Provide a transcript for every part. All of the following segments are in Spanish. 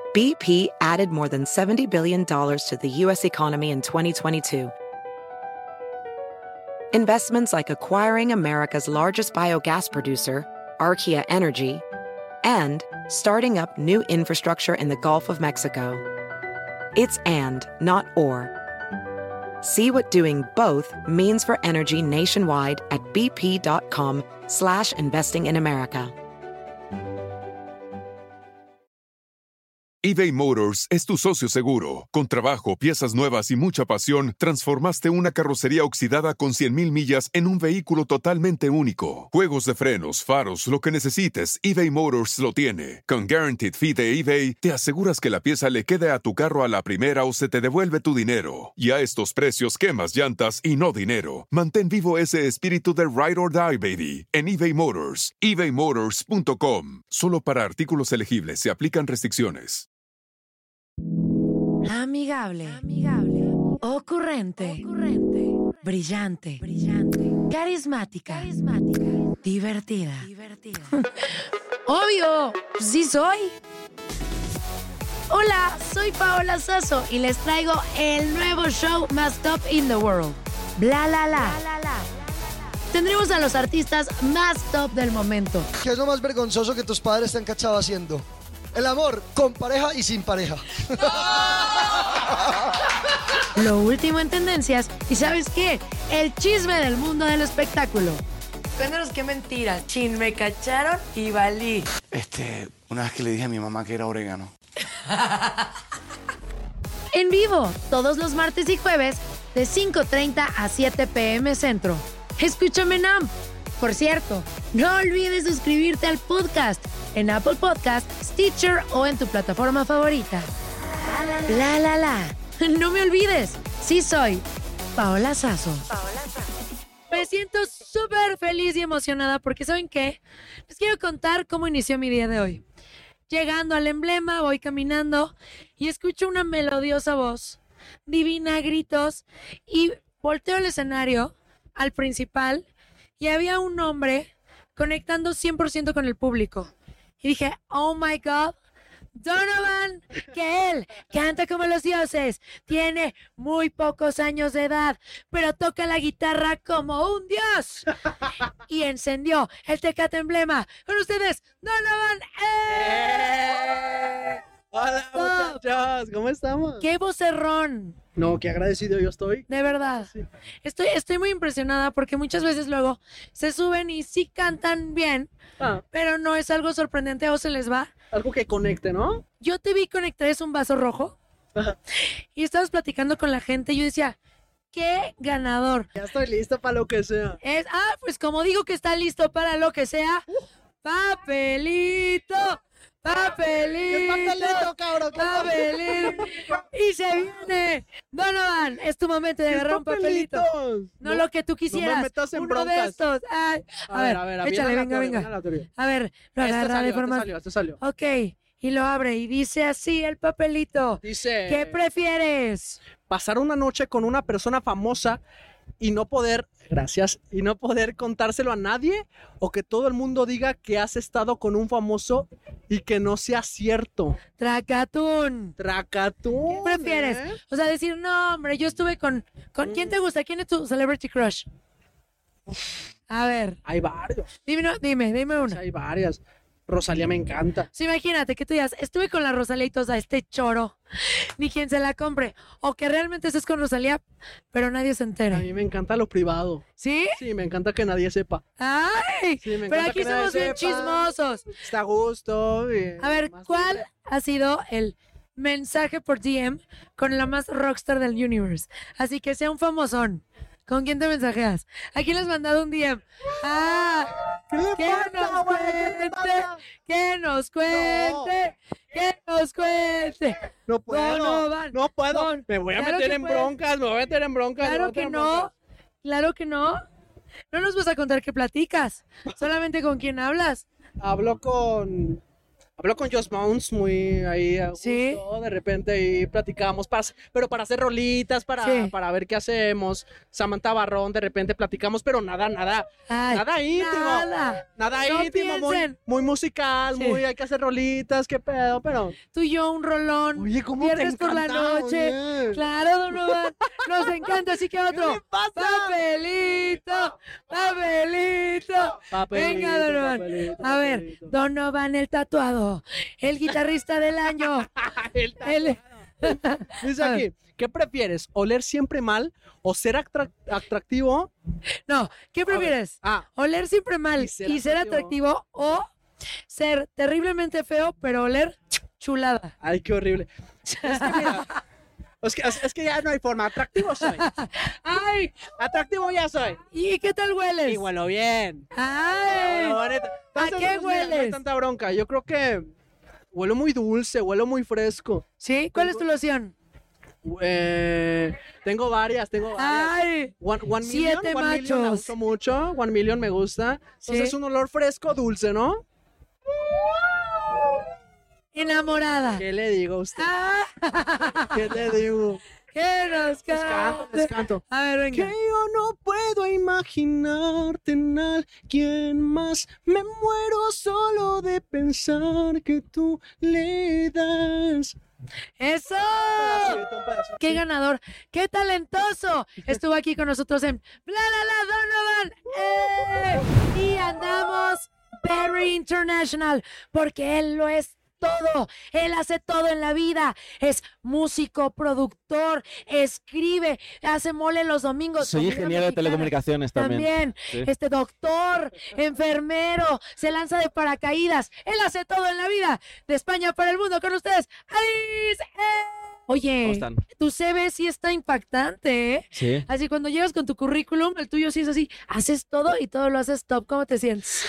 BP added more than $70 billion to the U.S. economy in 2022. Investments like acquiring America's largest biogas producer, Archaea Energy, and starting up new infrastructure in the Gulf of Mexico. It's and, not or. See what doing both means for energy nationwide at bp.com/investing in America. eBay Motors es tu socio seguro. Con trabajo, piezas nuevas y mucha pasión, transformaste una carrocería oxidada con 100,000 millas en un vehículo totalmente único. Juegos de frenos, faros, lo que necesites, eBay Motors lo tiene. Con Guaranteed Fee de eBay, te aseguras que la pieza le quede a tu carro a la primera o se te devuelve tu dinero. Y a estos precios, quemas llantas y no dinero. Mantén vivo ese espíritu de Ride or Die, baby, en eBay Motors. ebaymotors.com. Solo para artículos elegibles se aplican restricciones. Amigable. Ocurrente. Brillante. Carismática. Divertida. Obvio, sí soy. Hola, soy Paola Sasso y les traigo el nuevo show más top in the world. Bla la la. Tendremos a los artistas más top del momento. ¿Qué es lo más vergonzoso que tus padres te han cachado haciendo? El amor, con pareja y sin pareja. Lo último en tendencias y ¿sabes qué? El chisme del mundo del espectáculo. Cuéntanos qué mentira. Chin, me cacharon y valí. Una vez que le dije a mi mamá que era orégano. En vivo, todos los martes y jueves, de 5:30 a 7 p.m. Centro. Escúchame en AMP. Por cierto, no olvides suscribirte al podcast en Apple Podcast, Stitcher o en tu plataforma favorita. La la la. No me olvides, sí soy Paola Sasso. Me siento súper feliz y emocionada porque ¿saben qué? Les quiero contar cómo inició mi día de hoy. Llegando al emblema, voy caminando y escucho una melodiosa voz, divina, gritos, y volteo al escenario, al principal, y había un hombre conectando 100% con el público. Y dije, oh my God, Donovan, que él canta como los dioses, tiene muy pocos años de edad, pero toca la guitarra como un dios. Y encendió el Tecate Emblema. Con ustedes, Donovan. Hola muchachos, ¿cómo estamos? ¡Qué vocerrón! No, qué agradecido yo estoy. De verdad. Sí. Estoy muy impresionada porque muchas veces luego se suben y sí cantan bien, pero no es algo sorprendente o se les va. Algo que conecte, ¿no? Yo te vi conectar, es un vaso rojo. Y estabas platicando con la gente y yo decía, ¡qué ganador! Ya estoy listo para lo que sea. Pues como digo que está listo para lo que sea, papelito. Papelito, cabrón. Papelito. Y se viene. Donovan, es tu momento de agarrar un papelito. No lo que tú quisieras. No me metas en uno broncas. de estos. Ay. A ver, échale, venga. A ver, lo agarra de forma. Este salió. Ok, y lo abre y dice así el papelito. Dice: ¿qué prefieres? Pasar una noche con una persona famosa y no poder contárselo a nadie, o que todo el mundo diga que has estado con un famoso y que no sea cierto. Tracatún. ¿Qué prefieres? O sea, decir, no, hombre, yo estuve con ¿quién te gusta? ¿Quién es tu celebrity crush? A ver. Hay varios. Dime una. Hay varias. Rosalía me encanta. Sí, imagínate que tú digas, estuve con la Rosalía y todos, este choro, ni quien se la compre. O que realmente estés con Rosalía, pero nadie se entera. A mí me encanta lo privado. ¿Sí? Sí, me encanta que nadie sepa. ¡Ay! Sí, pero aquí somos bien chismosos. Está a gusto. A ver, ¿cuál ha sido el mensaje por DM con la más rockstar del universe? Así que sea un famosón. ¿Con quién te mensajeas? ¿A quién le has mandado un DM? Que nos cuente. No puedo. Me voy a meter en broncas. Claro que no. No nos vas a contar qué platicas. Solamente con quién hablas. Hablo con hablo con Just Bounce muy ahí a gusto, Sí. de repente ahí platicamos, pero para hacer rolitas, Sí. para ver qué hacemos. Samantha Barrón, de repente platicamos, pero nada Ay, íntimo. Nada No íntimo, piensen. muy musical, Sí. hay que hacer rolitas, qué pedo, pero... Tú y yo un rolón. Oye, ¿cómo Viernes te por la encanta? noche. Oye. Claro, Donovan. Nos encanta, así que otro. le pasa? Papelito, papelito. Venga, Donovan. A ver, Donovan el tatuado, el guitarrista del año. El- Dice A ver. aquí, ¿qué prefieres? ¿Oler siempre mal o ser atractivo? No, ¿qué prefieres? ¿Oler siempre mal y ser atractivo o ser terriblemente feo pero oler chulada? Ay, qué horrible. Es que mira, es que ya no hay forma. Atractivo soy. ¡Ay! Atractivo ya soy. ¿Y qué tal hueles? Y huelo bien. ¡Ay! Huelo bonito. ¿A Entonces, qué pues, mira, no hay hueles? tanta bronca. Yo creo que huelo muy dulce, huelo muy fresco. ¿Sí? ¿Cuál es tu loción? Tengo varias. ¡Ay! One Million, Siete One Million me machos. gustó mucho. One Million me gusta. Entonces Sí. un olor fresco, dulce, ¿no? Enamorada. ¿Qué le digo a usted? ¡Ah! ¿Qué le digo? ¿Qué nos Les canto. A ver, Que venga. yo no puedo imaginarte en alguien más. Me muero solo de pensar que tú le das. ¡Eso! ¡Qué ganador! ¡Qué talentoso! Estuvo aquí con nosotros en Bla La La Donovan. Y andamos very international porque él lo es todo. Él hace todo en la vida. Es músico, productor, escribe, hace mole los domingos. Soy comida ingeniero de mexicana. telecomunicaciones también. También, Sí. doctor, enfermero, se lanza de paracaídas. Él hace todo en la vida. De España para el mundo con ustedes, Alice. Oye, ¿Cómo están? tu CV sí está impactante, ¿eh? Sí. Así cuando llegas con tu currículum, el tuyo sí es así. Haces todo y todo lo haces top. ¿Cómo te sientes?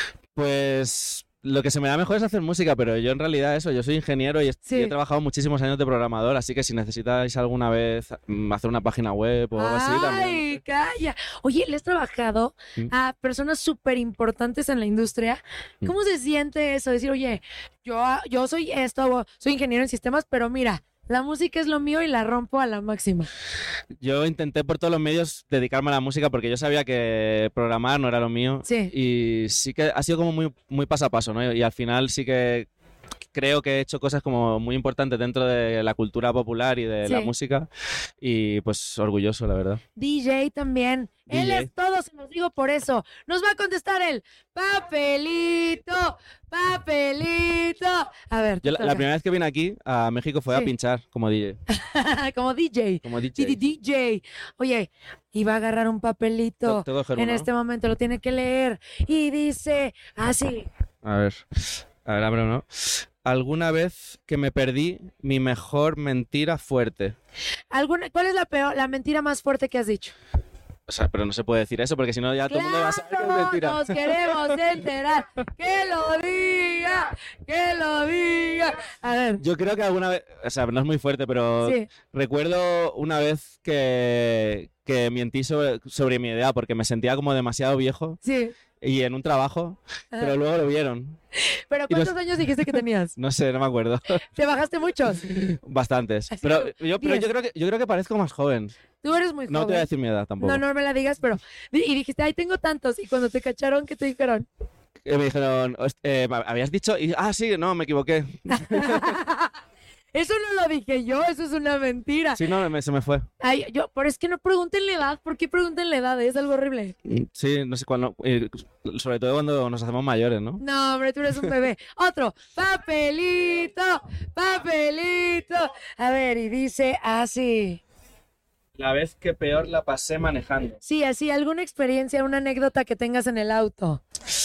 Pues lo que se me da mejor es hacer música, pero yo en realidad yo soy ingeniero y Sí. he trabajado muchísimos años de programador, así que si necesitáis alguna vez hacer una página web o algo así también. ¡Ay, calla! Oye, ¿le has trabajado Mm. a personas súper importantes en la industria? Mm. ¿Cómo se siente eso? Decir, oye, yo soy esto, soy ingeniero en sistemas, pero mira, la música es lo mío y la rompo a la máxima. Yo intenté por todos los medios dedicarme a la música porque yo sabía que programar no era lo mío. Sí. Y sí que ha sido como muy paso a paso, ¿no? Y al final sí que creo que he hecho cosas como muy importantes dentro de la cultura popular y de la Sí. música. Y pues orgulloso, la verdad. DJ también. Él DJ. es todo, se los digo por eso. Nos va a contestar el papelito, papelito. A ver, te Yo la toca. primera vez que vine aquí a México fue Sí. a pinchar como DJ. Como DJ. Como DJ. DJ. Oye, iba a agarrar un papelito. Tengo que coger En uno. este momento lo tiene que leer. Y dice así. A ver, abre uno. Alguna vez que me perdí mi mejor mentira fuerte. ¿Cuál es la mentira más fuerte que has dicho? O sea, pero no se puede decir eso porque si no ya todo el mundo va a saber que es ¡Claro! mentira. Nos queremos enterar. ¡Que lo diga! ¡Que lo diga! A ver. Yo creo que alguna vez, o sea, no es muy fuerte, pero Sí. recuerdo una vez que mentí sobre mi edad porque me sentía como demasiado viejo Sí. y en un trabajo, pero luego lo vieron. ¿Pero Y los- cuántos años dijiste que tenías? No sé, no me acuerdo. ¿Te bajaste muchos? Bastantes. Así Pero como yo 10. yo creo que parezco más joven. Tú eres muy joven. No te voy a decir mi edad tampoco. No, no me la digas, pero... Y dijiste, ay, tengo tantos. Y cuando te cacharon, ¿qué te dijeron? Me dijeron, ¿habías dicho? Y, sí, no, me equivoqué. Eso no lo dije yo, eso es una mentira. Sí, no, se me fue. Ay, pero es que no pregunten la edad. ¿Por qué pregunten la edad? Es algo horrible. Sí, no sé cuándo. Sobre todo cuando nos hacemos mayores, ¿no? No, hombre, tú eres un bebé. Otro. Papelito, papelito. A ver, y dice así. La vez que peor la pasé manejando. Sí, así, alguna experiencia, una anécdota que tengas en el auto.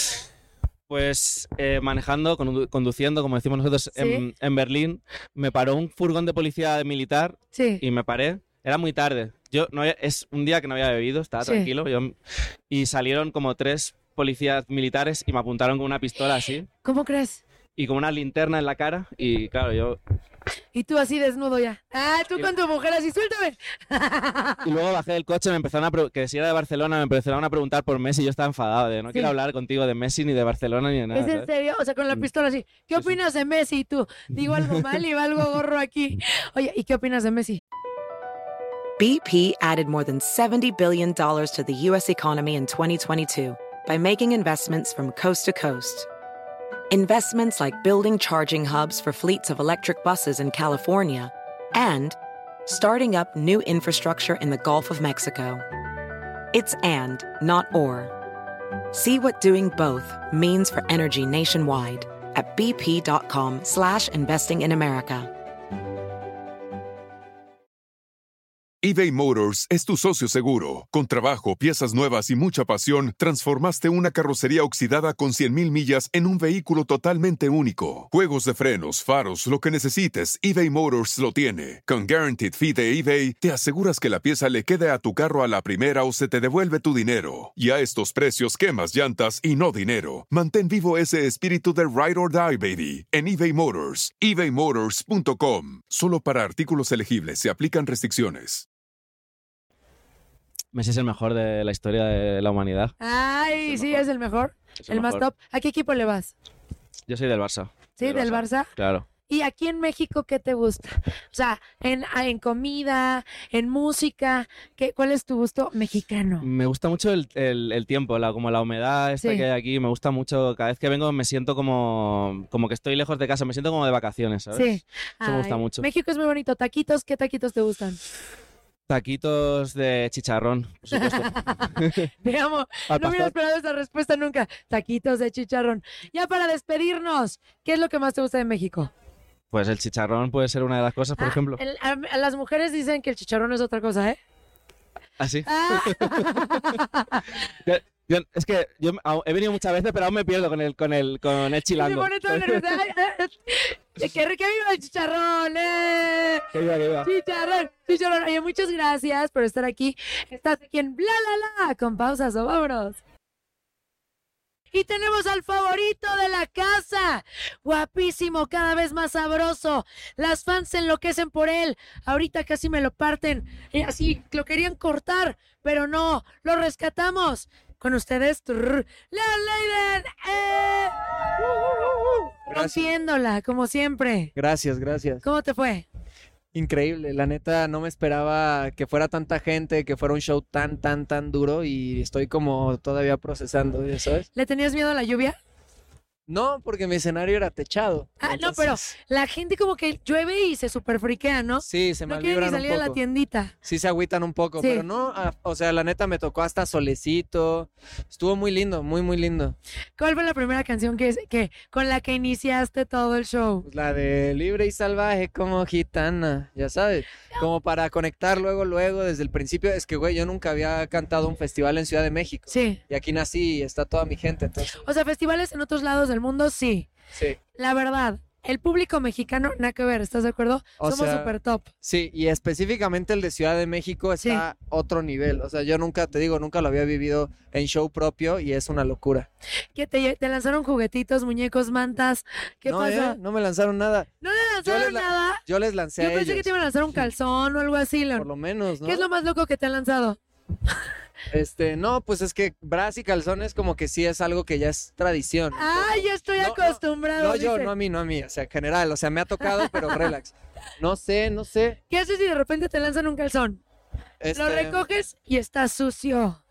Pues manejando, conduciendo, como decimos nosotros, Sí. en Berlín, me paró un furgón de policía militar Sí. y me paré. Era muy tarde. Es un día que no había bebido, estaba Sí. tranquilo. Y salieron como 3 policías militares y me apuntaron con una pistola así ¿Cómo crees? y con una linterna en la cara. Y claro, yo Y tú así desnudo ya. Tú con tu mujer así, suéltame. Y luego bajé del coche, me empezaron que si era de Barcelona, me empezaron a preguntar por Messi. Yo estaba enfadado de no quiero hablar contigo de Messi, ni de Barcelona, ni de nada. ¿Es en serio? O sea, con la pistola así. ¿Qué opinas de Messi? Y tú, digo algo mal y va algo gorro aquí. Oye, ¿y qué opinas de Messi? BP added more than $70 billion to the U.S. economy in 2022 by making investments from coast to coast. Investments like building charging hubs for fleets of electric buses in California and starting up new infrastructure in the Gulf of Mexico. It's and, not or. See what doing both means for energy nationwide at bp.com/investing in America. eBay Motors es tu socio seguro. Con trabajo, piezas nuevas y mucha pasión, transformaste una carrocería oxidada con 100,000 millas en un vehículo totalmente único. Juegos de frenos, faros, lo que necesites, eBay Motors lo tiene. Con Guaranteed Fee de eBay, te aseguras que la pieza le quede a tu carro a la primera o se te devuelve tu dinero. Y a estos precios, quemas llantas y no dinero. Mantén vivo ese espíritu de Ride or Die, baby, en eBay Motors. ebaymotors.com. Solo para artículos elegibles se aplican restricciones. Messi es el mejor de la historia de la humanidad. Ay, sí, es el mejor. El más top. ¿A qué equipo le vas? Yo soy del Barça. ¿Sí, del Barça? Claro. ¿Y aquí en México qué te gusta? O sea, en comida, en música, ¿cuál es tu gusto mexicano? Me gusta mucho el tiempo, como la humedad esta que hay aquí. Me gusta mucho. Cada vez que vengo me siento como que estoy lejos de casa. Me siento como de vacaciones, ¿sabes? Sí. Eso me gusta mucho. México es muy bonito. ¿Taquitos? ¿Qué taquitos te gustan? Taquitos de chicharrón, por supuesto. Digamos, no hubiera esperado esa respuesta nunca. Taquitos de chicharrón. Ya para despedirnos, ¿qué es lo que más te gusta de México? Pues el chicharrón puede ser una de las cosas, por ejemplo. A las mujeres dicen que el chicharrón es otra cosa, ¿eh? ¿Ah, sí? Es que yo he venido muchas veces, pero aún me pierdo con el chilango. Me pone todo nervioso. ¡Que viva el chicharrón! ¡Que viva! Chicharrón. Oye, muchas gracias por estar aquí. Estás aquí en Bla La La con pausas o vámonos. Y tenemos al favorito de la casa. Guapísimo, cada vez más sabroso. Las fans se enloquecen por él. Ahorita casi me lo parten. Así lo querían cortar, pero no, lo rescatamos. Con ustedes, Leon Leiden. Rompiéndola, como siempre. Gracias. ¿Cómo te fue? Increíble, la neta no me esperaba que fuera tanta gente, que fuera un show tan duro y estoy como todavía procesando, ¿sabes? ¿Le tenías miedo a la lluvia? No, porque mi escenario era techado. Entonces... No, pero la gente como que llueve y se super friquea, ¿no? Sí, se malvibran un poco. No quieren ni salir a la tiendita. Sí, se agüitan un poco, pero no, o sea, la neta me tocó hasta solecito. Estuvo muy lindo, muy lindo. ¿Cuál fue la primera canción que con la que iniciaste todo el show? Pues la de Libre y Salvaje como gitana, ya sabes. Como para conectar luego, desde el principio. Es que, güey, yo nunca había cantado un festival en Ciudad de México. Sí. Y aquí nací y está toda mi gente, entonces. O sea, festivales en otros lados del mundo, sí. Sí. La verdad, el público mexicano, nada que ver, ¿estás de acuerdo? Somos súper top. Sí, y específicamente el de Ciudad de México está otro nivel. O sea, yo nunca lo había vivido en show propio y es una locura. ¿Qué te lanzaron juguetitos, muñecos, mantas? ¿Qué pasó? No me lanzaron nada. ¿No le lanzaron nada? Yo les lancé a ellos. Yo pensé que te iban a lanzar un calzón o algo así, Leon. Por lo menos, ¿no? ¿Qué es lo más loco que te han lanzado? No, pues es que bras y calzones como que sí es algo que ya es tradición. Ya estoy acostumbrado. No, yo, no a mí, o sea, en general, o sea, me ha tocado, pero relax. No sé. ¿Qué haces si de repente te lanzan un calzón? Lo recoges y está sucio.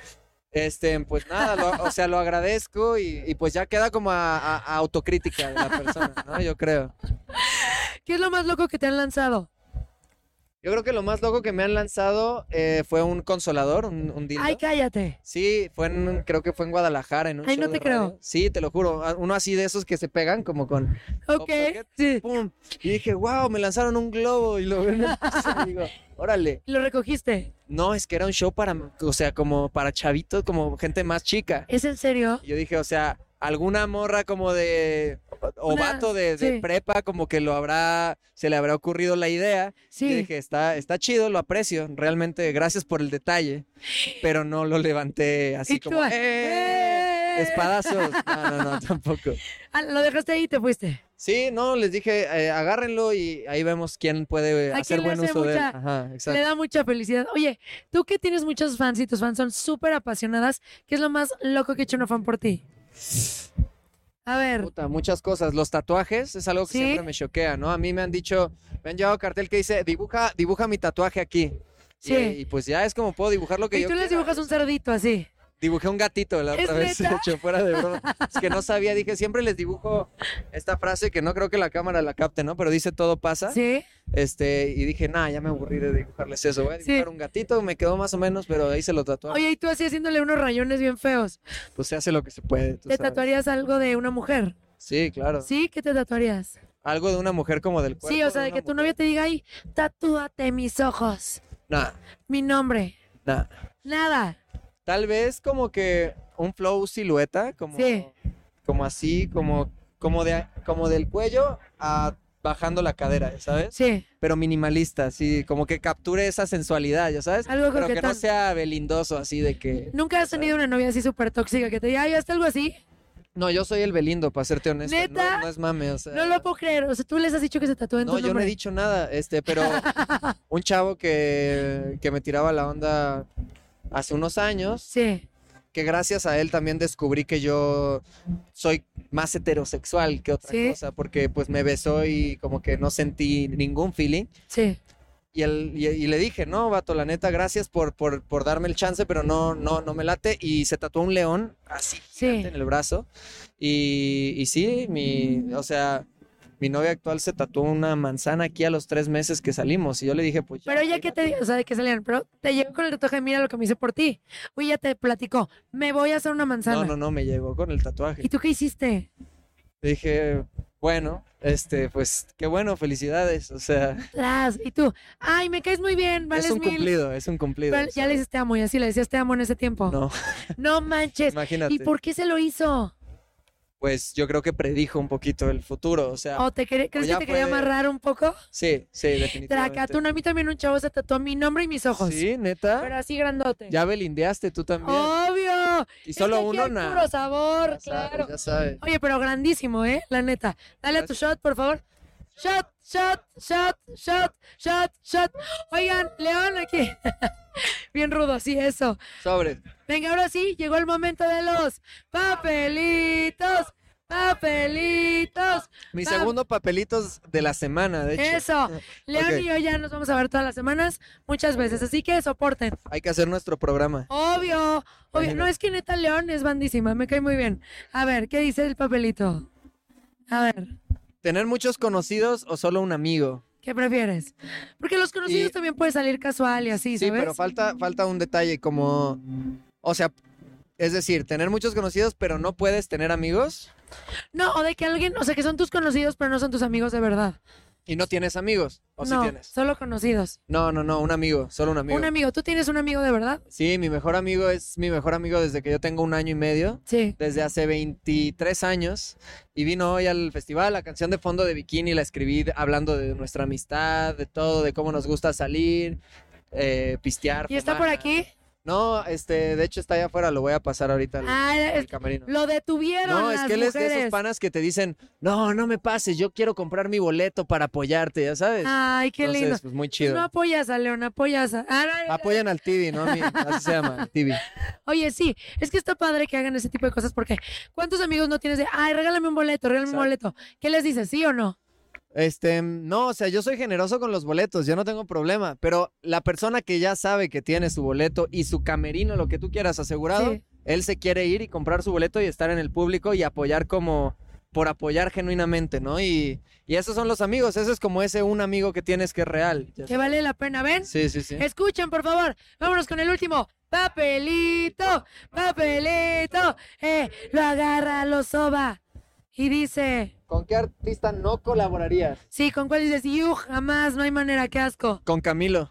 Pues nada, o sea, lo agradezco y pues ya queda como a autocrítica de la persona, ¿no? Yo creo. ¿Qué es lo más loco que te han lanzado? Yo creo que lo más loco que me han lanzado fue un consolador, un dildo. ¡Ay, cállate! Sí, creo que fue en Guadalajara. En un show no te de creo. Radio. Sí, te lo juro. Uno así de esos que se pegan como con... Ok, sí. ¡Pum! Y dije, wow, me lanzaron un globo y lo ven en el piso, y digo, órale. ¿Y lo recogiste? No, es que era un show como para chavitos, como gente más chica. ¿Es en serio? Y yo dije, o sea, alguna morra como de... O vato de prepa, como que se le habrá ocurrido la idea. Sí. Y dije, está chido, lo aprecio. Realmente, gracias por el detalle. Pero no lo levanté así como, espadazos. No, tampoco. Lo dejaste ahí y te fuiste. Sí, no, les dije, agárrenlo y ahí vemos quién puede ¿A hacer quién le buen hace uso de él. mucha- Ajá, Le exacto. da mucha felicidad. Oye, tú que tienes muchos fans y tus fans son súper apasionadas, ¿qué es lo más loco que ha hecho una fan por ti? A ver, Puta, muchas cosas. Los tatuajes es algo que ¿Sí? siempre me choquea, ¿no? A mí me han dicho, me han llevado cartel que dice, dibuja mi tatuaje aquí. Sí. Y pues ya es como puedo dibujar lo que y yo tú les quiera. dibujas un cerdito así. Dibujé un gatito la ¿Es otra vez, neta? hecho fuera de broma. Es que no sabía, dije, siempre les dibujo esta frase que no creo que la cámara la capte, ¿no? Pero dice todo pasa. Sí. Y dije, nah, ya me aburrí de dibujarles eso. Voy a dibujar Sí. un gatito, me quedó más o menos, pero ahí se lo tatuaron. Oye, y tú así haciéndole unos rayones bien feos. Pues se hace lo que se puede, tú ¿Te sabes. tatuarías algo de una mujer? Sí, claro. ¿Sí? ¿Qué te tatuarías? Algo de una mujer como del cuerpo. Sí, o sea, de una que tu mujer. novia te diga, ay, tatúate mis ojos, Nah, mi nombre. nah. Nada. Tal vez como que un flow silueta, como, Sí. como así, como del cuello a bajando la cadera, ¿sabes? Sí. Pero minimalista, así, como que capture esa sensualidad, ¿ya sabes? Algo Pero que no coquetón. sea belindoso, así de que... ¿Nunca has tenido una novia así súper tóxica que te diga, ay, hazte algo así? No, yo soy el Belindo, para serte honesto. ¿Neta? No es mame, o sea... No lo puedo creer. O sea, tú les has dicho que se tatúen No, tu yo no nombre. he dicho nada, pero un chavo que me tiraba la onda hace unos años, Sí. que gracias a él también descubrí que yo soy más heterosexual que otra ¿Sí? cosa, porque pues me besó y como que no sentí ningún feeling. Sí. Y le dije, no, vato, la neta, gracias por darme el chance, pero no me late. Y se tatuó un león así Sí. en el brazo. Y sí, o sea, mi novia actual se tatuó una manzana aquí a los 3 meses que salimos. Y yo le dije, pues ya. Pero ella que te dijo, o sea, de que salían, pero te llegó con el tatuaje, mira lo que me hice por ti. Uy, ya te platicó, me voy a hacer una manzana. No, me llegó con el tatuaje. ¿Y tú qué hiciste? Le dije, bueno, pues qué bueno, felicidades. O sea, Y tú, ay, me caes muy bien, vales es un mil. cumplido, es un cumplido. Pero ya le dices te amo y así le decías te amo en ese tiempo. No, No manches. imagínate. ¿Y por qué se lo hizo? Pues yo creo que predijo un poquito el futuro. O sea, ¿O crees que ya te quería fue- amarrar un poco? sí, definitivamente. Tracatún, a mí también un chavo se tatuó mi nombre y mis ojos. Sí, neta. Pero así grandote. Ya belindeaste tú también. ¡Obvio! Y solo Es que aquí uno, hay nada. puro sabor, Ya sabes, claro. ya sabes. Oye, pero grandísimo, ¿eh? La neta. Dale a tu shot, por favor. Shot, shot, shot, shot, shot, shot. Oigan, León aquí. Bien rudo, sí, eso. Sobre. Venga, ahora sí, llegó el momento de los papelitos. Papelitos. Mi Pa- segundo papelitos de la semana, de hecho. Eso. León Ok. y yo ya nos vamos a ver todas las semanas, muchas veces. Así que soporten. Hay que hacer nuestro programa. Obvio. Imagínate. No, es que neta León es bandísima, me cae muy bien. A ver, ¿qué dice el papelito? A ver, ¿Tener muchos conocidos o solo un amigo? ¿qué prefieres? Porque los conocidos Y- también puede salir casual y así, Sí, ¿sabes? pero falta un detalle como... O sea, es decir, tener muchos conocidos, pero no puedes tener amigos No, o de que alguien, o sea, que son tus conocidos, pero no son tus amigos de verdad. y no tienes amigos. ¿O sí No, tienes? solo conocidos. No, un amigo, solo un amigo. Un amigo, ¿tú tienes un amigo de verdad? Sí, mi mejor amigo es mi mejor amigo desde que yo tengo 1 año y medio. Sí. Desde hace 23 años y vino hoy al festival. La canción de fondo de Bikini la escribí hablando de nuestra amistad, de todo, de cómo nos gusta salir, pistear. ¿Y está fumar. por aquí? No, de hecho está allá afuera, lo voy a pasar ahorita al, Ah, al camerino. lo detuvieron No, es las que él es de esos mujeres. panas que te dicen, no me pases, yo quiero comprar mi boleto para apoyarte, ya sabes. Ay, qué Entonces, lindo. pues muy Pues chido. no apoyas a León, apoyas a... Apoyan al Tibi, ¿no? A mí, así se llama, el Tibi. Oye, sí, es que está padre que hagan ese tipo de cosas porque ¿cuántos amigos no tienes de, ay, regálame un boleto, regálame un boleto? ¿Qué les dices, sí o no? No, o sea, yo soy generoso con los boletos, yo no tengo problema, pero la persona que ya sabe que tiene su boleto y su camerino, lo que tú quieras asegurado, Sí. él se quiere ir y comprar su boleto y estar en el público y apoyar como por apoyar genuinamente, ¿no? Y esos son los amigos, ese es como ese un amigo que tienes que es real. ya Que vale la pena, ¿ven? sabes. Sí, sí, sí. Escuchen, por favor. Vámonos con el último. Papelito, papelito. Lo agarra, lo soba. Y dice, ¿Con qué artista no colaborarías? sí, ¿con cuál dices? Jamás, no hay manera, qué asco. Con Camilo.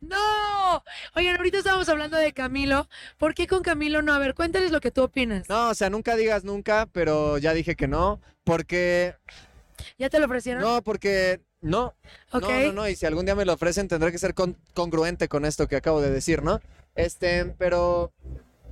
¡No! Oigan, ahorita estábamos hablando de Camilo. ¿Por qué con Camilo no? A ver, cuéntales lo que tú opinas. No, o sea, nunca digas nunca, pero ya dije que no, porque... ¿Ya te lo ofrecieron? No, porque... No, Ok. no, y si algún día me lo ofrecen tendré que ser congruente con esto que acabo de decir, ¿no? Pero...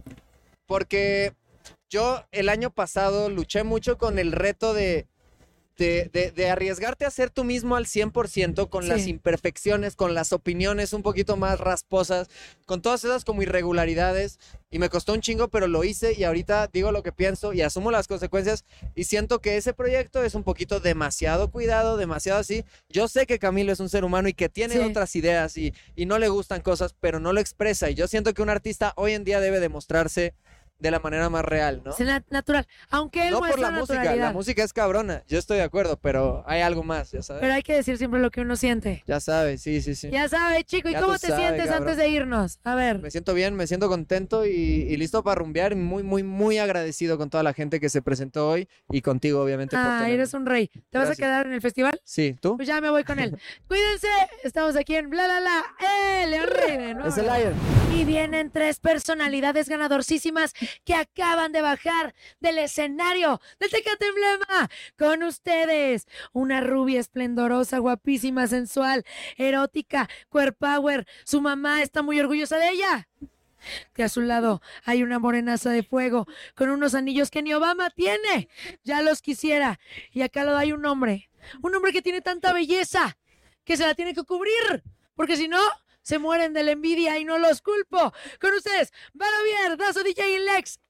Porque yo el año pasado luché mucho con el reto de de arriesgarte a ser tú mismo al 100% con las imperfecciones, con las opiniones un poquito más rasposas, con todas esas como irregularidades. Y me costó un chingo, pero lo hice y ahorita digo lo que pienso y asumo las consecuencias. Y siento que ese proyecto es un poquito demasiado cuidado, demasiado así. Yo sé que Camilo es un ser humano y que tiene otras ideas y no le gustan cosas, pero no lo expresa. Y yo siento que un artista hoy en día debe demostrarse de la manera más real, ¿no? Natural, aunque él no por muestra la música, la música es cabrona, yo estoy de acuerdo, pero hay algo más, ya sabes. Pero hay que decir siempre lo que uno siente. Ya sabes, sí. Ya sabes, chico, ¿y cómo te sientes cabrón? Antes de irnos? A ver. Me siento bien, me siento contento y listo para rumbear, muy, muy, muy agradecido con toda la gente que se presentó hoy y contigo, obviamente. Eres un rey. ¿Te vas a quedar en el festival? Sí, ¿tú? Pues ya me voy con él. Cuídense, estamos aquí en Bla, La, La, León Rey, ¿no? Es el Lion. Y vienen 3 personalidades ganadorcísimas que acaban de bajar del escenario del Tecate Emblema. Con ustedes, una rubia esplendorosa, guapísima, sensual, erótica, queer power. Su mamá está muy orgullosa de ella. Que a su lado hay una morenaza de fuego con unos anillos que ni Obama tiene. Ya los quisiera. Y acá lo hay un hombre que tiene tanta belleza que se la tiene que cubrir, porque si no se mueren de la envidia y no los culpo. Con ustedes, Barovier, Dazo DJ y Lex.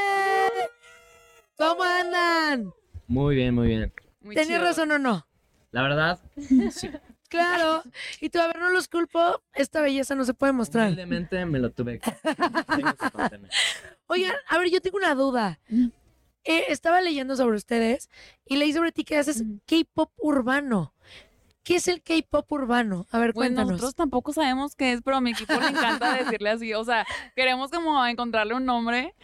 ¿Cómo andan? Muy bien, muy bien. ¿Tenías razón o no? La verdad, sí. Claro. Y tú, a ver, no los culpo. Esta belleza no se puede mostrar. Humildemente me lo tuve que... Oigan, a ver, yo tengo una duda. Estaba leyendo sobre ustedes y leí sobre ti que haces K-pop urbano. ¿Qué es el K-pop urbano? A ver, cuéntanos. Nosotros tampoco sabemos qué es, pero a mi equipo le encanta decirle así. O sea, queremos como encontrarle un nombre,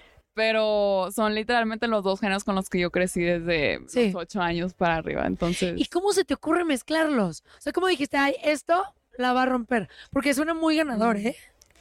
pero son literalmente los 2 géneros con los que yo crecí desde los 8 años para arriba. Entonces... ¿Y cómo se te ocurre mezclarlos? O sea, ¿cómo dijiste, ay, esto la va a romper? Porque suena muy ganador, ¿eh?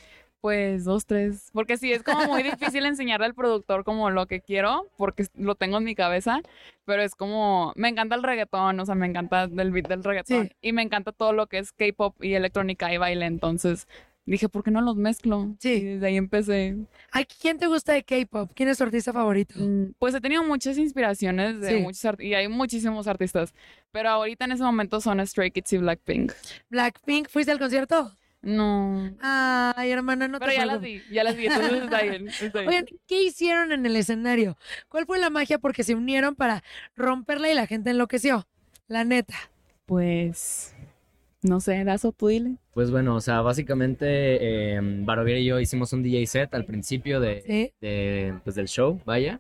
Pues 2, 3. Porque sí, es como muy difícil enseñarle al productor como lo que quiero, porque lo tengo en mi cabeza, pero es como, me encanta el reggaetón, o sea, me encanta el beat del reggaetón, y me encanta todo lo que es K-pop y electrónica y baile, entonces dije, ¿por qué no los mezclo? Sí. Y desde ahí empecé. ¿A quién te gusta de K-pop? ¿Quién es tu artista favorito? Pues he tenido muchas inspiraciones de muchos y hay muchísimos artistas, pero ahorita en ese momento son Stray Kids y Blackpink. ¿Blackpink? ¿Fuiste al concierto? No. Ay, hermana, no pero te ya las vi, entonces está bien. Oigan, ¿qué hicieron en el escenario? ¿Cuál fue la magia? Porque se unieron para romperla y la gente enloqueció. La neta. Pues, no sé, Dazo, tú dile. Pues bueno, o sea, básicamente Barovier y yo hicimos un DJ set al principio pues del show, vaya.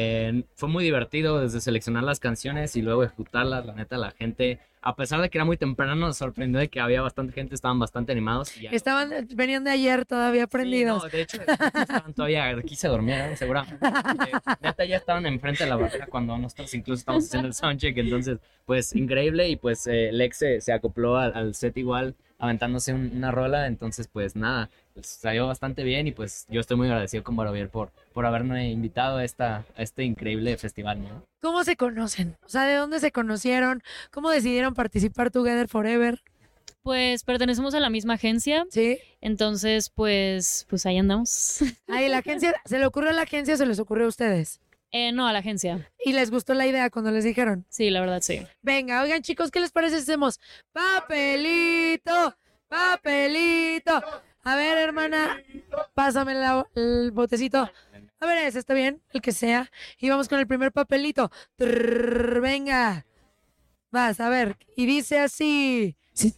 Fue muy divertido desde seleccionar las canciones y luego ejecutarlas. La neta, la gente, a pesar de que era muy temprano, nos sorprendió de que había bastante gente, estaban bastante animados. Venían de ayer todavía prendidos. Sí, no, de hecho, estaban todavía aquí se dormían, seguramente. Neta, ya estaban enfrente de la barrera cuando nosotros incluso estábamos haciendo el soundcheck. Entonces, pues increíble. Y pues Lex se acopló al set igual, aventándose una rola. Entonces, pues nada, pues, salió bastante bien. Y pues yo estoy muy agradecido con Barovier por haberme invitado a este increíble festival, ¿no? ¿Cómo se conocen? O sea, ¿de dónde se conocieron? ¿Cómo decidieron participar Together Forever? Pues pertenecemos a la misma agencia. Sí. Entonces, pues ahí andamos. Ay, la agencia, ¿se le ocurrió a la agencia o se les ocurrió a ustedes? No, a la agencia. ¿Y les gustó la idea cuando les dijeron? Sí, la verdad, sí. Venga, oigan, chicos, ¿qué les parece si hacemos papelito, papelito? A ver, hermana, pásame el botecito. A ver, ese está bien, el que sea. Y vamos con el primer papelito. Venga. Vas, a ver. Y dice así. Sí.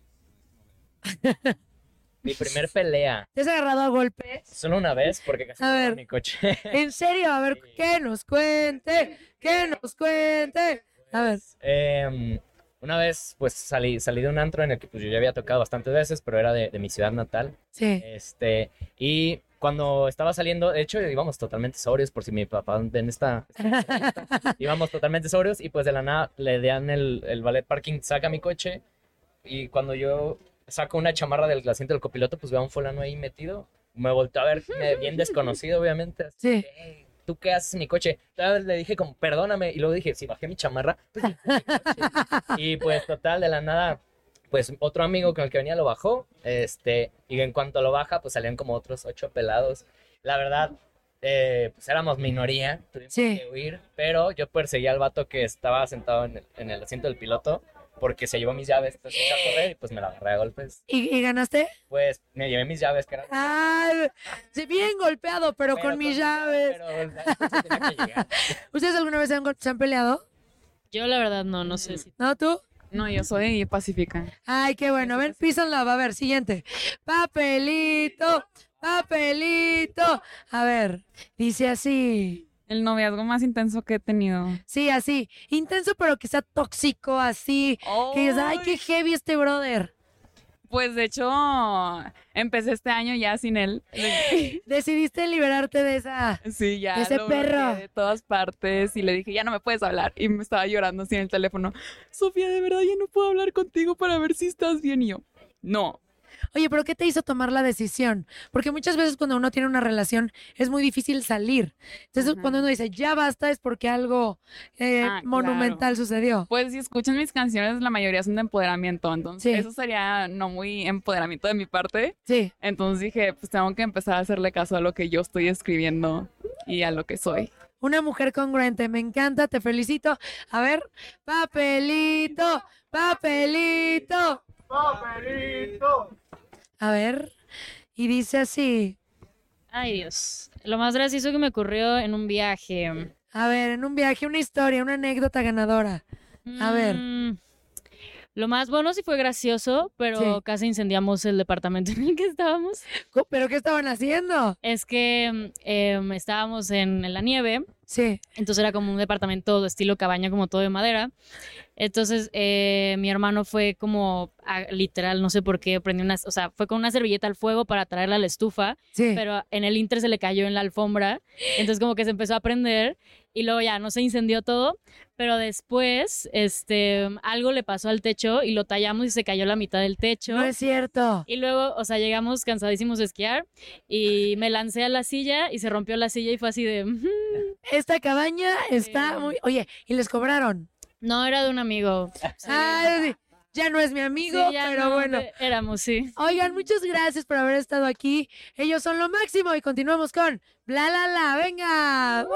Mi primer pelea. ¿Te has agarrado a golpe? Solo una vez, porque casi me robaron mi coche. ¿En serio? A ver, que nos cuente. Que nos cuente. A ver. Una vez, pues, salí de un antro en el que pues, yo ya había tocado bastantes veces, pero era de mi ciudad natal. Sí. Y cuando estaba saliendo, de hecho, íbamos totalmente sobrios, por si mi papá ven esta íbamos totalmente sobrios, y pues de la nada le dan el valet parking, saca mi coche, y cuando yo saco una chamarra del asiento del copiloto, pues veo a un fulano ahí metido. Me volteó a ver, bien desconocido, obviamente. Así, sí. Hey, ¿tú qué haces en mi coche? Entonces le dije como, perdóname, y luego dije, si bajé mi chamarra, pues mi coche. Y pues total, de la nada, pues otro amigo con el que venía lo bajó, y en cuanto lo baja, pues salían como otros 8 pelados. La verdad, pues éramos minoría, tuvimos que huir, pero yo perseguí al vato que estaba sentado en el asiento del piloto porque se llevó mis llaves, entonces empecé a correr y pues me la agarré a golpes. ¿Y ganaste? Pues me llevé mis llaves, que eran... Ah, sí, bien golpeado, pero con mis llaves. Pero tenía que llegar. ¿Ustedes alguna vez se han peleado? Yo la verdad no sé si... ¿No, tú? No, yo soy pacífica. Ay, qué bueno. Ven, písanla. A ver, siguiente. Papelito, papelito. A ver, dice así. El noviazgo más intenso que he tenido. Sí, así. Intenso, pero que sea tóxico, así. Que digas, ay, qué heavy este brother. Pues de hecho, empecé este año ya sin él. Decidiste liberarte de esa. Sí, ya. De ese lo perro. bloqueé de todas partes y le dije, ya no me puedes hablar. Y me estaba llorando así en el teléfono. Sofía, de verdad ya no puedo hablar contigo para ver si estás bien. Y yo, no. Oye, ¿pero qué te hizo tomar la decisión? Porque muchas veces cuando uno tiene una relación es muy difícil salir. Entonces, cuando uno dice, ya basta, es porque algo monumental sucedió. Pues si escuchan mis canciones, la mayoría son de empoderamiento. Entonces, eso sería no muy empoderamiento de mi parte. Sí. Entonces dije, pues tengo que empezar a hacerle caso a lo que yo estoy escribiendo y a lo que soy. Una mujer congruente, me encanta, te felicito. A ver, papelito, papelito. Papelito. A ver, y dice así. Ay, Dios. Lo más gracioso que me ocurrió en un viaje. A ver, en un viaje, una historia, una anécdota ganadora. A ver. Lo más bueno sí fue gracioso, pero casi incendiamos el departamento en el que estábamos. ¿Pero qué estaban haciendo? Es que estábamos en la nieve. Sí. Entonces era como un departamento de estilo cabaña, como todo de madera. Entonces mi hermano fue como, literal, no sé por qué, fue con una servilleta al fuego para traerla a la estufa, pero en el inter se le cayó en la alfombra, entonces como que se empezó a prender y luego ya no se incendió todo, pero después algo le pasó al techo y lo tallamos y se cayó la mitad del techo. No es cierto. Y luego, llegamos cansadísimos de esquiar y me lancé a la silla y se rompió la silla y fue así de... Esta cabaña está muy... Oye, ¿y les cobraron? No, era de un amigo. Sí. Ya no es mi amigo, sí, pero bueno. Éramos, sí. Oigan, muchas gracias por haber estado aquí. Ellos son lo máximo y continuamos con Bla La La. ¡Venga!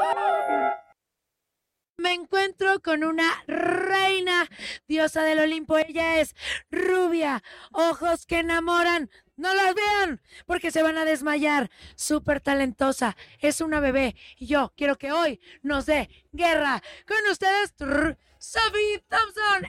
Me encuentro con una reina, diosa del Olimpo. Ella es rubia, ojos que enamoran. No las vean, porque se van a desmayar. Súper talentosa, es una bebé. Y yo quiero que hoy nos dé guerra. Con ustedes, Sophie Thompson.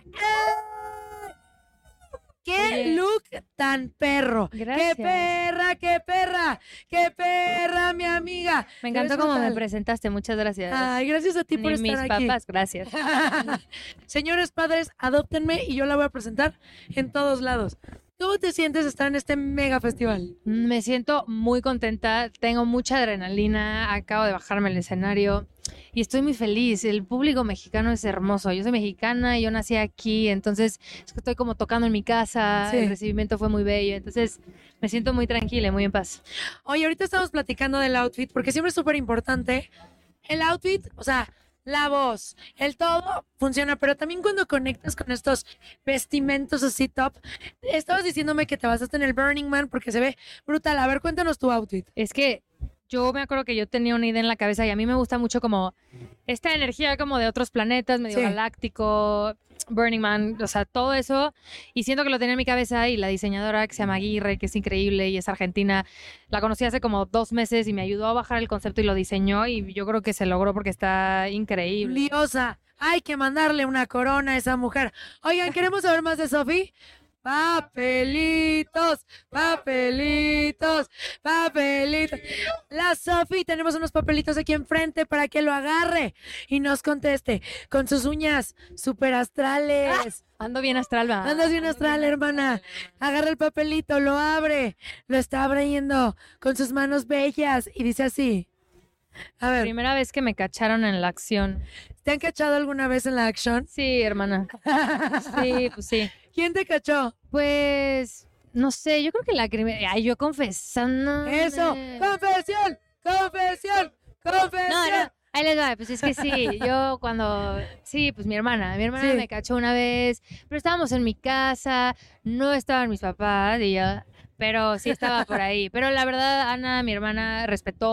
¡Qué look tan perro! Gracias. ¡Qué perra, qué perra! ¡Qué perra, mi amiga! Me encantó cómo me presentaste, muchas gracias. Ay, gracias a ti por estar mis aquí. papás, gracias. Señores padres, adóptenme y yo la voy a presentar en todos lados. ¿Cómo te sientes estar en este mega festival? Me siento muy contenta, tengo mucha adrenalina, acabo de bajarme el escenario y estoy muy feliz. El público mexicano es hermoso. Yo soy mexicana, yo nací aquí, entonces estoy como tocando en mi casa, el recibimiento fue muy bello, entonces me siento muy tranquila y muy en paz. Oye, ahorita estamos platicando del outfit porque siempre es súper importante. El outfit, o sea, la voz, el todo funciona, pero también cuando conectas con estos vestimentos así top. Estabas diciéndome que te basaste en el Burning Man porque se ve brutal. A ver, cuéntanos tu outfit. Es que yo me acuerdo que yo tenía una idea en la cabeza y a mí me gusta mucho como esta energía como de otros planetas, medio galáctico, Burning Man, o sea, todo eso. Y siento que lo tenía en mi cabeza y la diseñadora que se llama Aguirre, que es increíble y es argentina, la conocí hace como 2 meses y me ayudó a bajar el concepto y lo diseñó y yo creo que se logró porque está increíble. Diosa, hay que mandarle una corona a esa mujer. Oigan, ¿queremos saber más de Sophie? Papelitos, papelitos, papelitos. La Sophie, tenemos unos papelitos aquí enfrente para que lo agarre y nos conteste con sus uñas super astrales. Ando bien astral, va. Andas bien astral, hermana. Agarra el papelito, lo abre, lo está abriendo con sus manos bellas y dice así. A ver. Primera vez que me cacharon en la acción. ¿Te han cachado alguna vez en la acción? Sí, hermana. Sí, pues sí. ¿Quién te cachó? Pues, no sé, yo creo que la criminal... Ay, yo confesando. ¡Eso! ¡Confesión! ¡Confesión! ¡Confesión! No, ahí les va, pues es que sí, yo cuando... Sí, pues mi hermana me cachó una vez, pero estábamos en mi casa, no estaban mis papás y yo... Pero sí estaba por ahí. Pero la verdad, Ana, mi hermana, respetó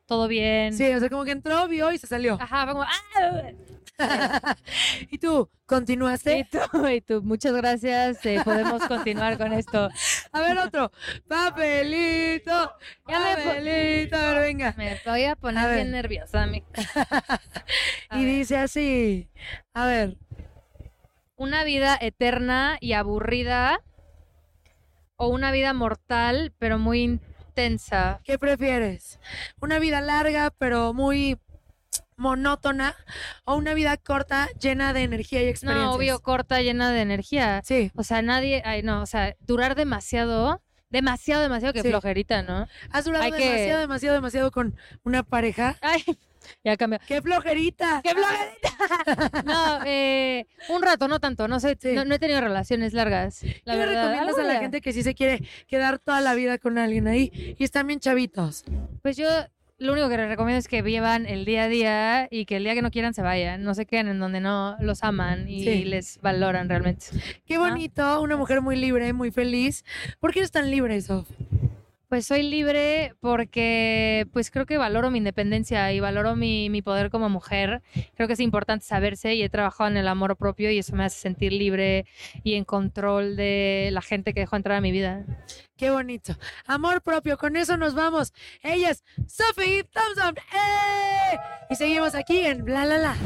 todo bien. Sí, o sea, como que entró, vio y se salió. Ajá, fue como, ¡ah! ¿Y tú? ¿Continuaste? Y tú, muchas gracias. Podemos continuar con esto. A ver, otro. Papelito. Papelito. A ver, venga. Me voy a poner bien nerviosa. Y dice así. A ver. Una vida eterna y aburrida o una vida mortal pero muy intensa. ¿Qué prefieres? ¿Una vida larga pero muy monótona o una vida corta llena de energía y experiencias? No, obvio, corta, llena de energía. Sí. O sea, o sea, durar demasiado que Sí. flojerita, ¿no? ¿Has durado demasiado con una pareja? Ay, ya cambió. ¡Qué flojerita! ¡Qué flojerita! No, un rato, no tanto, no sé, no he tenido relaciones largas, la ¿Qué le verdad. recomiendas a la gente que sí se quiere quedar toda la vida con alguien ahí y están bien chavitos? Pues yo lo único que les recomiendo es que vivan el día a día y que el día que no quieran se vayan, no se queden en donde no los aman y les valoran realmente. Qué bonito, una mujer muy libre, muy feliz. ¿Por qué eres tan libre, Sof? Pues soy libre porque pues creo que valoro mi independencia y valoro mi poder como mujer. Creo que es importante saberse y he trabajado en el amor propio y eso me hace sentir libre y en control de la gente que dejó entrar a mi vida. Qué bonito. Amor propio, con eso nos vamos. Ella es Sophie Thompson. ¡Eh! Y seguimos aquí en Bla La La.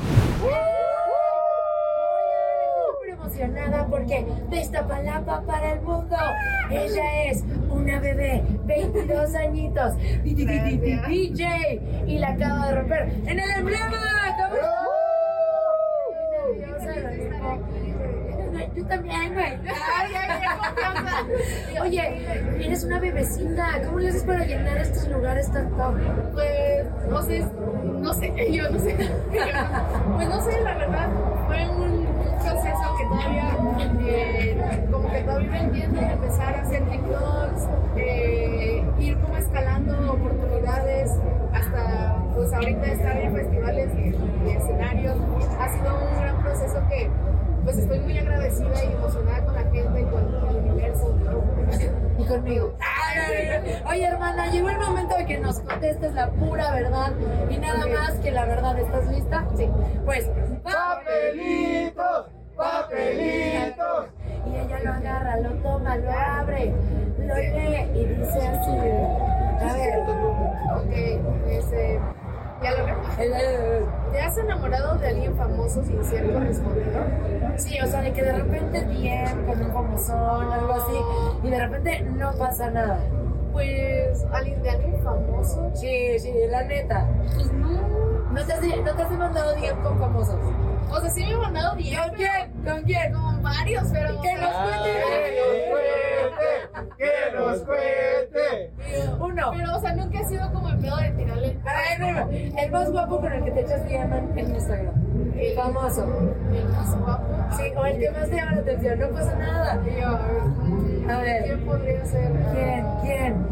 Emocionada porque de Iztapalapa para el mundo. Ella es una bebé, 22 añitos, DJ, y la acaba de romper en el emblema. Yo también, güey. Oye, eres una bebecita. ¿Cómo le haces para llenar estos lugares tanto? Pues, no sé. Pues no sé, la verdad. Fue un proceso que todavía, como que todavía no entiendo, empezar a hacer TikToks, ir como escalando oportunidades hasta, pues ahorita estar en festivales y escenarios. Ha sido un gran proceso que, pues estoy muy agradecida y emocionada con la gente y con el universo. Y conmigo. Oye, hermana, llegó el momento de que nos contestes la pura verdad y nada más que la verdad. ¿Estás lista? Sí. Pues, ¡papelitos! ¡Papelitos! Y ella lo agarra, lo toma, lo abre, lo lee y dice así. A ver. Ok, ya lo veo. ¿Te has enamorado de alguien famoso sin ser correspondido? Sí, o sea, de que de repente bien, con un famosón, algo así, y de repente no pasa nada. Pues, ¿de alguien famoso? Sí, la neta. Pues no. ¿No te has mandado bien con famosos? O sea, sí me he mandado bien. ¿Con quién? ¿Con quién? Con varios, pero... ¡Que nos cuente! ¡Que nos cuente! Uno. Pero, o sea, nunca he sido como el pedo de tirarle... El más guapo con el que te echas bien en Instagram. El famoso. ¿El más guapo? Sí, o el que más te llama la atención. No pasa nada. A ver. ¿Quién podría ser? ¿Quién?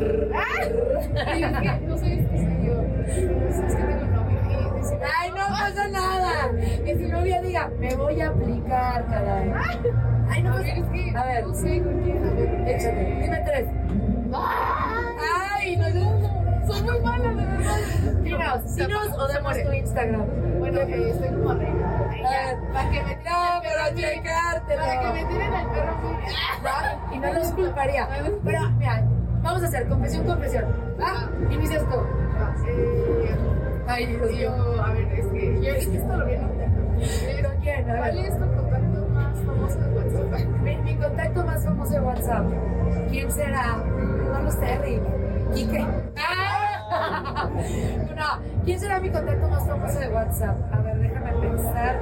No sé, es que soy yo. Es que tengo novio. ¡Ay, no pasa nada! Que tu novia diga, me voy a aplicar, caray. Ay, no pasa nada. A ver. No sé con quién. A ver. Échate. Dime 3. ¡Ay! Soy muy mala, de verdad. Dinos o demos tu Instagram. Bueno, estoy como reina. Para que me tiren no, pero checártelo. Para que me tiren el perro. Y no los culparía. Pero, mira, vamos a hacer confesión. Inicias tú. Ay, Dios mío. A ver, es que esto lo vi en internet. ¿Con quién? ¿Cuál es tu contacto más famoso de WhatsApp? Mi contacto más famoso de WhatsApp. ¿Quién será? No lo sé, Rick. ¿Quique? No, ¿quién será mi contacto más famoso de WhatsApp? A ver, déjame pensar.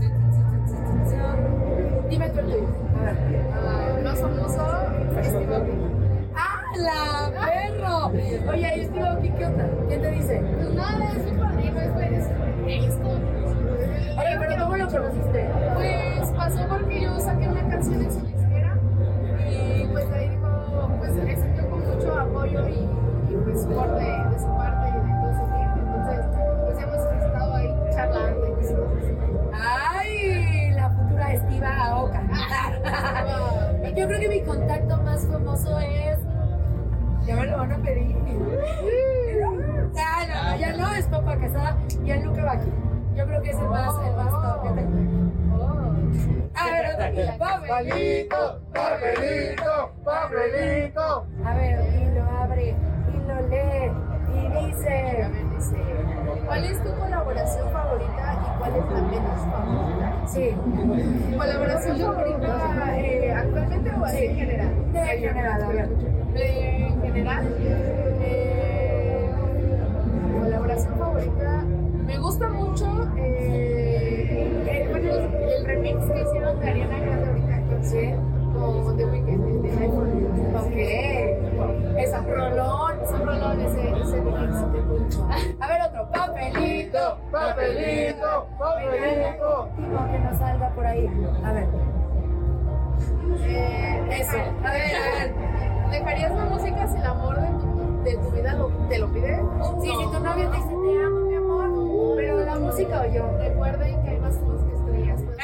Dime tú el tuyo. A ver. Más famoso, Steve Aoki. ¡La perro! Oye, ¿y Steve Aoki qué onda? ¿Quién te dice? Pues nada, es mi padrino, es esto. Oye, pero ¿cómo lo conociste? Pues pasó porque yo saqué una canción en su disquera y pues ahí dijo, pues le sintió con mucho apoyo y pues soporte de su parte y de todo su tiempo. Entonces, pues hemos estado ahí charlando y cosas así. ¡Ay! La futura Steve Aoki. Yo creo que mi contacto más famoso es... Ya me lo van a pedir. no es Papa Casada, Gianluca Vacchi. Yo creo que es el más top que tengo. A ver, Papelito, papelito, papelito. A ver, y lo abre, y lo lee, y dice... ¿Cuál es tu colaboración favorita y cuál es la menos favorita? Sí. ¿Colaboración favorita actualmente o así en general? En general, a ver. En general, colaboración favorita, me gusta mucho el remix que hicieron de Ariana Grande ahorita con The Weeknd, el de iPhone. Ok. Es un rolón, ese remix. A ver, otro. Papelito, papelito, papelito. Que nos salga por ahí. A ver. Eso. A ver. ¿Dejarías la música si el amor de tu vida te lo pide? Sí, si tu novio te dice te amo, mi amor, pero la música o yo. Recuerden que hay más luz que estrellas. Pues.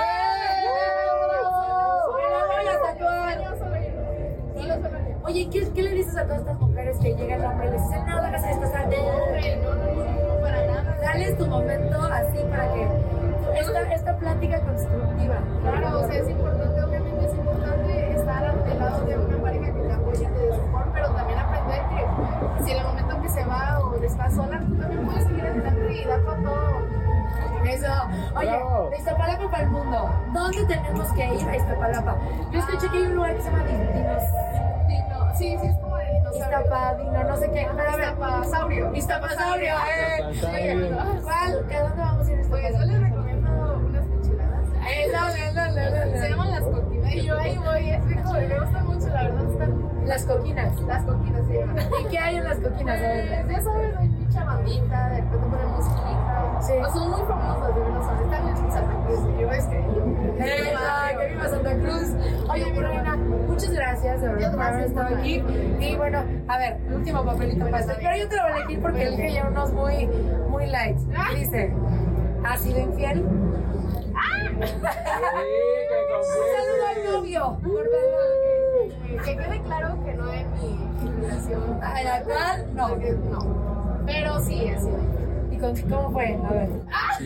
Oye, ¿qué le dices a todas estas mujeres que llega el hombre y les dicen no hagas esto, salte? No, para nada. Dales tu momento así para que esta plática constructiva. Claro, o sea, es importante, obviamente es importante estar al lado de una pareja que te apoye y te dé soporte, pero también aprender que si en el momento que se va o estás sola, tú también puedes seguir adelante y dar con todo. Eso. Oye, de Iztapalapa para el mundo, ¿dónde tenemos que ir a Iztapalapa? Yo escuché que hay un lugar que se llama Sí, es como de dinosaurio. Iztapadino, no sé qué. Iztapasaurio. Iztapasaurio, ¿Cuál? ¿A dónde vamos a ir? Pues yo les recomiendo unas enchiladas. Se llaman las coquinas. Y yo ahí voy, es rico, me gusta mucho, la verdad. Están las coquinas. Las coquinas, sí. ¿Y qué hay en las coquinas? Ya sabes, hay mucha bandita, de repente ponen musiquita. Sí. Son muy famosas, de verdad. Están en Santa Cruz. Y yo es que ¡que viva Santa Cruz! Oye, mi reina, muchas gracias de verdad por haber estado aquí. Y bueno, a ver, el último papelito para hacer. Pero yo te lo voy a elegir porque elige ya unos muy light. Dice, ¿has sido infiel? Un saludo al novio, por favor. Que quede claro que no es mi relación. ¿A la cual? No. No. Pero sí, es sido infiel. ¿Y cómo fue? A ver.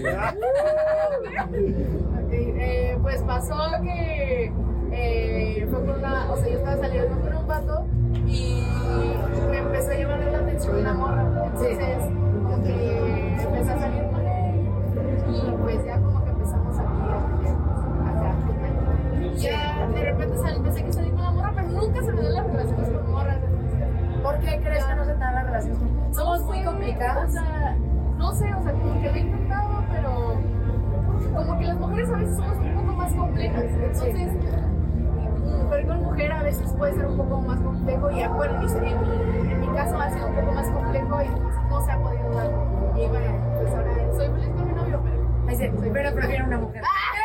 Pues pasó que fue con una, o sea, yo estaba saliendo con un vato y me empezó a llamar la atención una morra. Entonces, empecé a salir con él y pues ya como que empezamos a acá. Ya de repente empecé a salir con la morra, pero nunca se me dan las relaciones con morras. ¿Por qué crees que no se te dan las relaciones con morras? Somos muy complicadas. O sea, no sé, o sea, como que lo he intentado, pero como que las mujeres a veces somos un poco más complejas. Entonces, mujer con mujer a veces puede ser un poco más complejo y bueno, en mi caso ha sido un poco más complejo y no se ha podido dar. Y bueno, pues ahora soy feliz con mi novio, pero prefiero una mujer.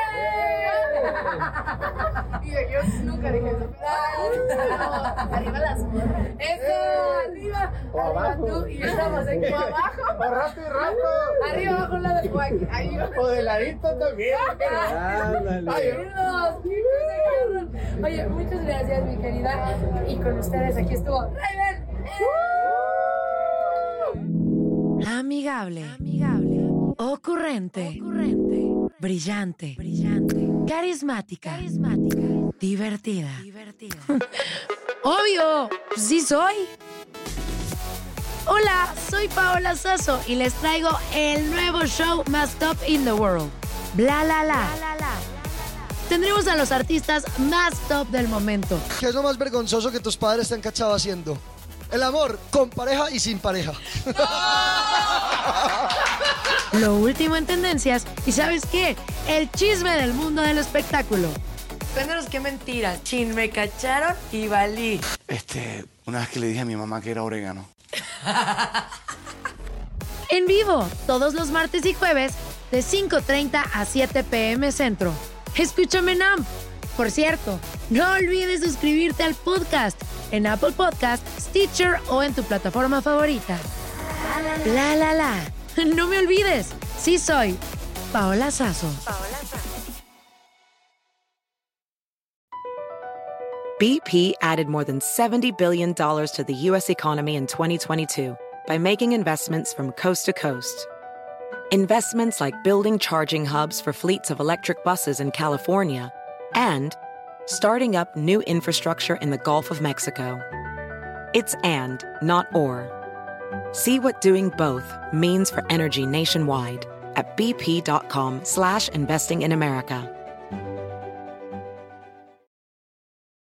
Y yo nunca dije eso. Arriba las morras. Eso, arriba tú y estamos aquí abajo. O rato y rato. Arriba, abajo, un lado del guay. O de ladito también. Oye, muchas gracias, mi querida. Y con ustedes aquí estuvo Raven. Amigable, ocurrente, brillante, carismática, divertida. Obvio, sí soy. Hola, soy Paola Sasso y les traigo el nuevo show más top in the world, Bla La La. Tendremos a los artistas más top del momento. ¿Qué es lo más vergonzoso que tus padres te han cachado haciendo? El amor con pareja y sin pareja. Lo último en tendencias y ¿sabes qué? El chisme del mundo del espectáculo. Cuéntanos qué mentiras. Chin, me cacharon y valí. Una vez que le dije a mi mamá que era orégano. En vivo, todos los martes y jueves, de 5:30 a 7 p.m. Centro. Escúchame en AMP. Por cierto, no olvides suscribirte al podcast en Apple Podcast, Stitcher o en tu plataforma favorita. La La La. No me olvides, sí soy Paola Sasso. BP added more than $70 billion to the U.S. economy in 2022 by making investments from coast to coast. Investments like building charging hubs for fleets of electric buses in California and starting up new infrastructure in the Gulf of Mexico. It's and, not or. See what doing both means for energy nationwide at bp.com/investing in America.